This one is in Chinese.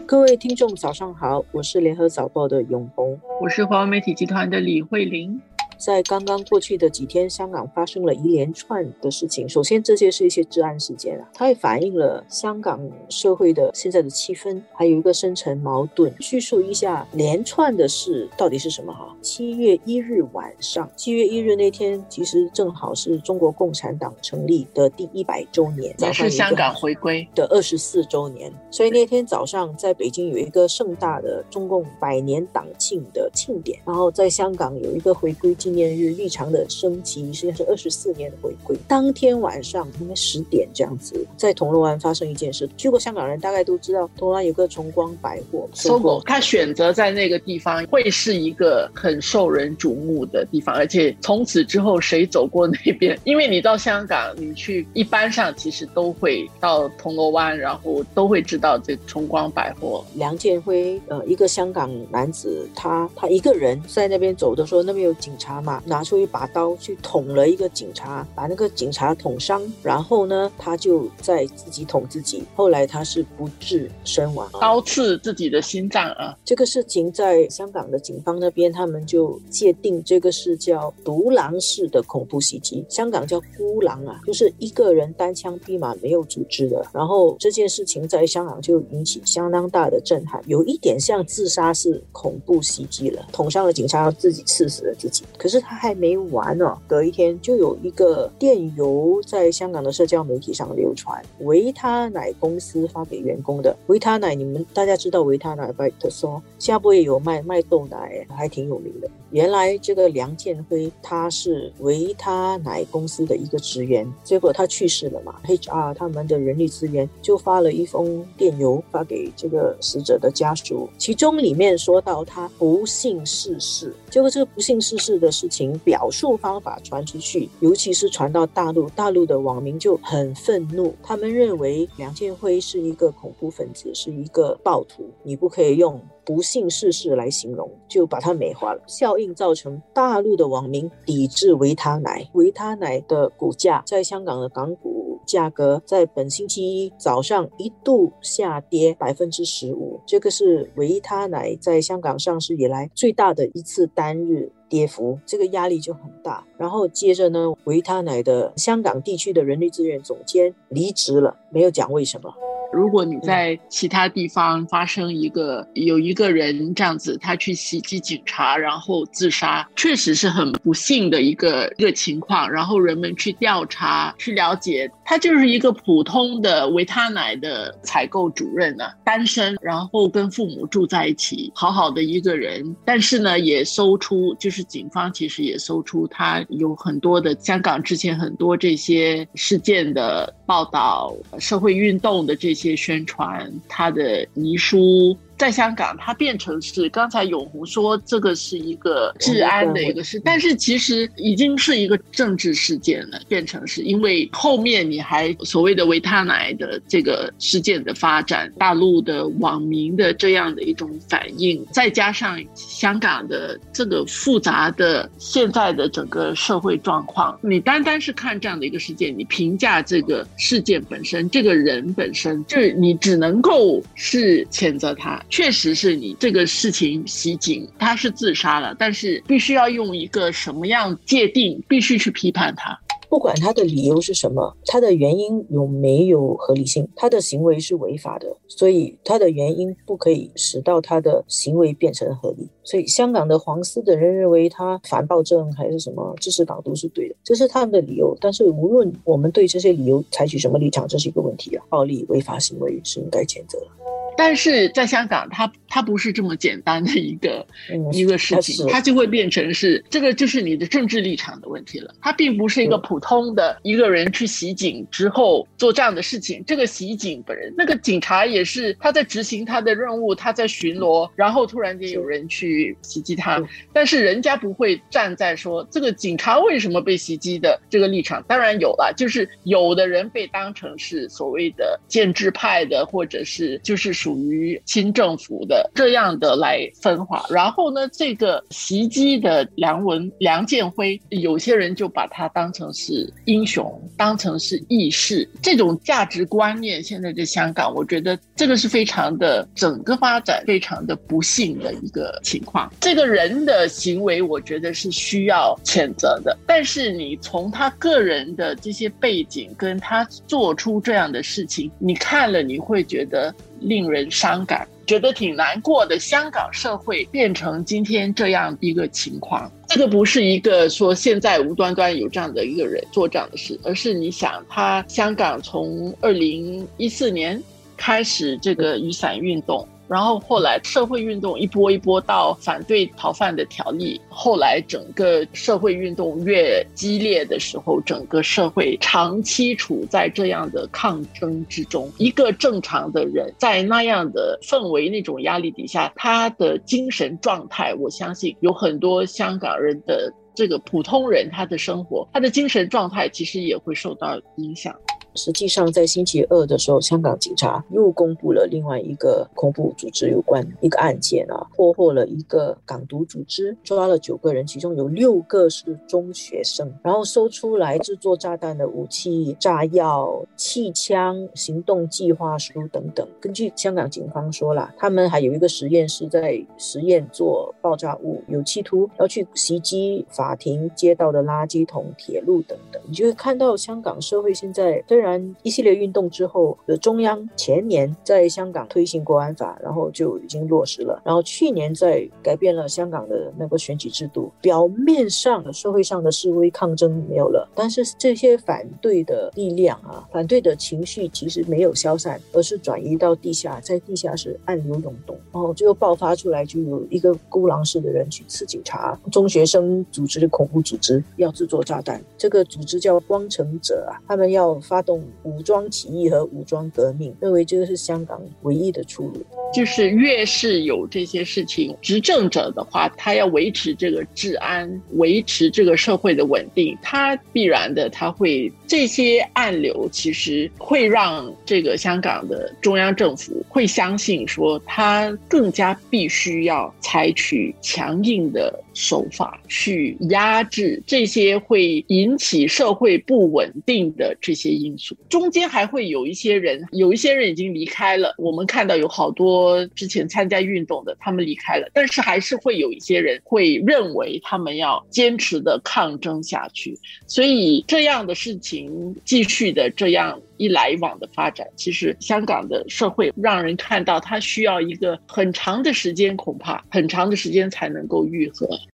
各位听众早上好，我是联合早报的永红， 我是华文媒体集团的李慧玲。 在刚刚过去的几天，香港发生了一连串的事情。首先，这些是一些治安事件它也反映了香港社会的现在的气氛，还有一个深层矛盾。叙述一下连串的事到底是什么7月1日晚上，7月1日那天，其实正好是中国共产党成立的第100周年， 也是香港回归的24周年。所以那天早上，在北京有一个盛大的中共100年党庆的庆典，然后在香港有一个回归纪念日立场的升级，实际上是24年的回归。当天晚上应该10点这样子，在铜锣湾发生一件事。去过香港人大概都知道，铜锣湾有个崇光百货，SOGO， 他选择在那个地方会是一个很受人瞩目的地方，而且从此之后谁走过那边，因为你到香港，你去一般上其实都会到铜锣湾，然后都会知道这崇光百货。 梁建辉一个香港男子，他一个人在那边走的时候，那边有警察嘛，拿出一把刀去捅了一个警察，把那个警察捅伤，然后呢他就在自己捅自己，后来他是不治身亡， 刀刺自己的心脏啊。 这个事情在香港的警方那边，他们就界定这个是叫独狼式的恐怖袭击，香港叫孤狼就是一个人单枪匹马没有组织的。然后这件事情在香港就引起相当大的震撼，有一点像自杀式恐怖袭击了，捅伤了警察，自己刺死了自己。可是他还没完隔一天就有一个电邮在香港的社交媒体上流传，维他奶公司发给员工的。维他奶，你们大家知道维他奶 Vitasoy， 新加坡也有卖豆奶，还挺有名的。原来这个梁建辉他是维他奶公司的一个职员，结果他去世了嘛， HR 他们的人力资源就发了一封电邮发给这个死者的家属，其中里面说到他不幸逝世。结果这个不幸逝世的事情表述方法传出去，尤其是传到大陆的网民就很愤怒，他们认为梁建辉是一个恐怖分子，是一个暴徒，你不可以用不幸逝世来形容，就把它美化了。效应造成大陆的网民抵制维他奶，维他奶的股价在香港的港股价格在本星期一早上一度下跌 15%， 这个是维他奶在香港上市以来最大的一次单日跌幅，这个压力就很大。然后接着呢，维他奶的香港地区的人力资源总监离职了，没有讲为什么。 如果你在其他地方发生有一个人这样子，他去袭击警察然后自杀，确实是很不幸的一个情况。然后人们去调查去了解，他就是一个普通的维他奶的采购主任单身，然后跟父母住在一起，好好的一个人。但是呢也搜出，就是警方其实也搜出他有很多的香港之前很多这些事件的报道，社会运动的这些宣传，他的遗书在香港它变成是刚才永红说这个是一个治安的一个事，但是其实已经是一个政治事件了，变成是因为后面你还所谓的维他奶的这个事件的发展，大陆的网民的这样的一种反应，再加上香港的这个复杂的现在的整个社会状况，你单单是看这样的一个事件，你评价这个事件本身，这个人本身，就是你只能够是谴责他。确实是你这个事情袭警他是自杀了，但是必须要用一个什么样界定，必须去批判他。 不管他的理由是什么，他的原因有没有合理性，他的行为是违法的，所以他的原因不可以使到他的行为变成合理。所以香港的黄丝的人认为他反暴政还是什么支持港独是对的，这是他们的理由。但是无论我们对这些理由采取什么立场，这是一个问题暴力违法行为是应该谴责的。 但是在香港它不是这么简单的一个事情，它就会变成是这个就是你的政治立场的问题了。它并不是一个普通的一个人去袭警之后做这样的事情，这个袭警本人那个警察也是他在执行他的任务，他在巡逻，然后突然间有人去袭击他，但是人家不会站在说这个警察为什么被袭击的这个立场。当然有了，就是有的人被当成是所谓的建制派的，或者是就是属于清政府的这样的来分化。然后呢，这个袭击的梁建辉，有些人就把他当成是英雄，当成是义士，这种价值观念现在在香港，我觉得这个是非常的，整个发展非常的不幸的一个情况。这个人的行为我觉得是需要谴责的，但是你从他个人的这些背景跟他做出这样的事情，你看了你会觉得令人伤感，觉得挺难过的。香港社会变成今天这样一个情况，这个不是一个说现在无端端有这样的一个人做这样的事，而是你想他香港从2014年开始这个雨伞运动，然后后来社会运动一波一波到反对逃犯的条例，后来整个社会运动越激烈的时候，整个社会长期处在这样的抗争之中。一个正常的人在那样的氛围那种压力底下，他的精神状态，我相信有很多香港人的这个普通人，他的生活，他的精神状态其实也会受到影响。 实际上在星期二的时候，香港警察又公布了另外一个恐怖组织有关一个案件啊，破获了一个港独组织，抓了9个人，其中有6个是中学生，然后搜出来制作炸弹的武器、炸药、气枪、行动计划书等等。根据香港警方说啦，他们还有一个实验室在实验做爆炸物，有企图要去袭击法庭、街道的垃圾桶、铁路等等。你就会看到香港社会现在虽然一系列运动之后，中央前年在香港推行国安法，然后就已经落实了，然后去年在改变了香港的那个选举制度，表面上社会上的示威抗争没有了，但是这些反对的力量啊，反对的情绪其实没有消散，而是转移到地下，在地下室暗流涌动，然后最后爆发出来，就有一个孤狼式的人去刺警察，中学生组织的恐怖组织要制作炸弹，这个组织叫光城者啊，他们要发动武装起义和武装革命，认为这个是香港唯一的出路。 就是越是有这些事情，执政者的话，他要维持这个治安，维持这个社会的稳定，他必然的，他会这些暗流其实会让这个香港的中央政府会相信说，他更加必须要采取强硬的手法去压制这些会引起社会不稳定的这些因素。中间还会有一些人已经离开了，我们看到有好多之前参加运动的他们离开了，但是还是会有一些人会认为他们要坚持的抗争下去。所以这样的事情继续的这样一来一往的发展，其实香港的社会让人看到它需要一个很长的时间，恐怕很长的时间才能够愈合。